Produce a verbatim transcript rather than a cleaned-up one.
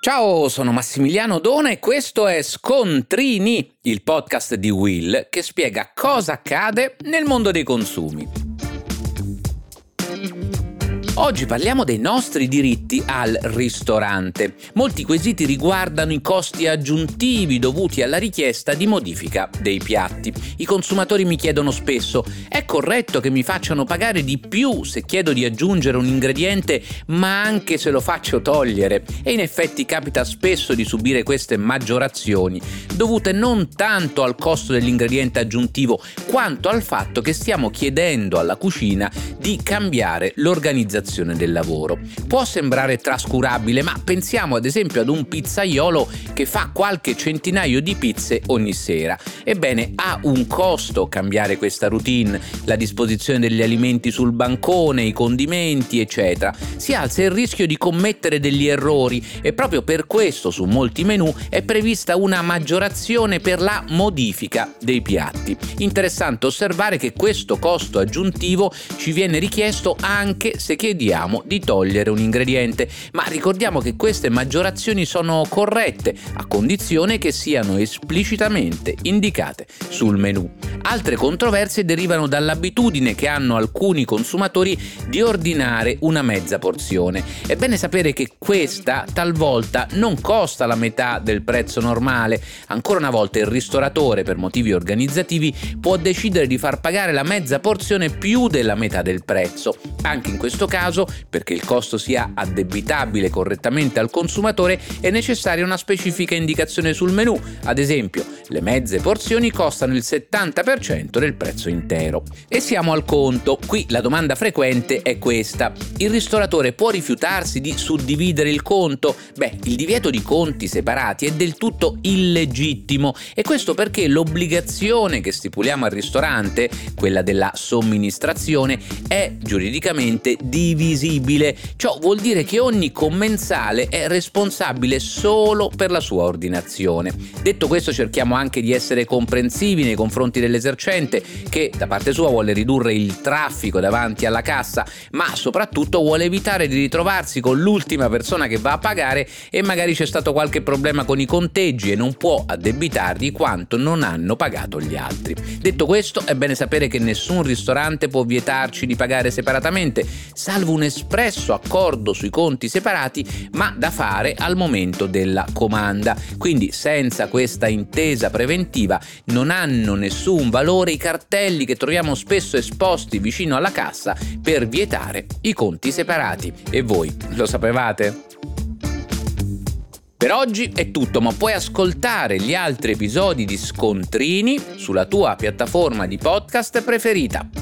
Ciao, sono Massimiliano Dona e questo è Scontrini, il podcast di Will che spiega cosa accade nel mondo dei consumi. Oggi parliamo dei nostri diritti al ristorante. Molti quesiti riguardano i costi aggiuntivi dovuti alla richiesta di modifica dei piatti. I consumatori mi chiedono spesso: è corretto che mi facciano pagare di più se chiedo di aggiungere un ingrediente, ma anche se lo faccio togliere? E in effetti capita spesso di subire queste maggiorazioni, dovute non tanto al costo dell'ingrediente aggiuntivo, quanto al fatto che stiamo chiedendo alla cucina di cambiare l'organizzazione del lavoro. Può sembrare trascurabile, ma pensiamo ad esempio ad un pizzaiolo che fa qualche centinaio di pizze ogni sera. Ebbene, ha un costo cambiare questa routine, la disposizione degli alimenti sul bancone, i condimenti, eccetera. Si alza il rischio di commettere degli errori e proprio per questo su molti menù è prevista una maggiorazione per la modifica dei piatti. Interessante osservare che questo costo aggiuntivo ci viene richiesto anche se chiediamo di togliere un ingrediente, ma ricordiamo che queste maggiorazioni sono corrette a condizione che siano esplicitamente indicate sul menù. Altre controversie derivano dall'abitudine che hanno alcuni consumatori di ordinare una mezza porzione. È bene sapere che questa talvolta non costa la metà del prezzo normale. Ancora una volta il ristoratore, per motivi organizzativi, può decidere di far pagare la mezza porzione più della metà del prezzo. Anche in questo caso, perché il costo sia addebitabile correttamente al consumatore, è necessaria una specifica indicazione sul menù. Ad esempio, le mezze porzioni costano il settanta per cento del prezzo intero. E siamo al conto. Qui la domanda frequente è questa: il ristoratore può rifiutarsi di suddividere il conto? Beh, il divieto di conti separati è del tutto illegittimo, e questo perché l'obbligazione che stipuliamo al ristorante, quella della somministrazione, è giuridicamente divisibile. Ciò vuol dire che ogni commensale è responsabile solo per la sua ordinazione. Detto questo, cerchiamo anche di essere comprensivi nei confronti dell'esercente, che da parte sua vuole ridurre il traffico davanti alla cassa, ma soprattutto vuole evitare di ritrovarsi con l'ultima persona che va a pagare e magari c'è stato qualche problema con i conteggi e non può addebitargli quanto non hanno pagato gli altri. Detto questo, è bene sapere che nessun ristorante può vietarci di pagare separatamente, salvo un espresso accordo sui conti separati, ma da fare al momento della comanda. Quindi senza questa intesa preventiva non hanno nessun valore i cartelli che troviamo spesso esposti vicino alla cassa per vietare i conti separati. E voi lo sapevate? Per oggi è tutto, ma puoi ascoltare gli altri episodi di Scontrini sulla tua piattaforma di podcast preferita.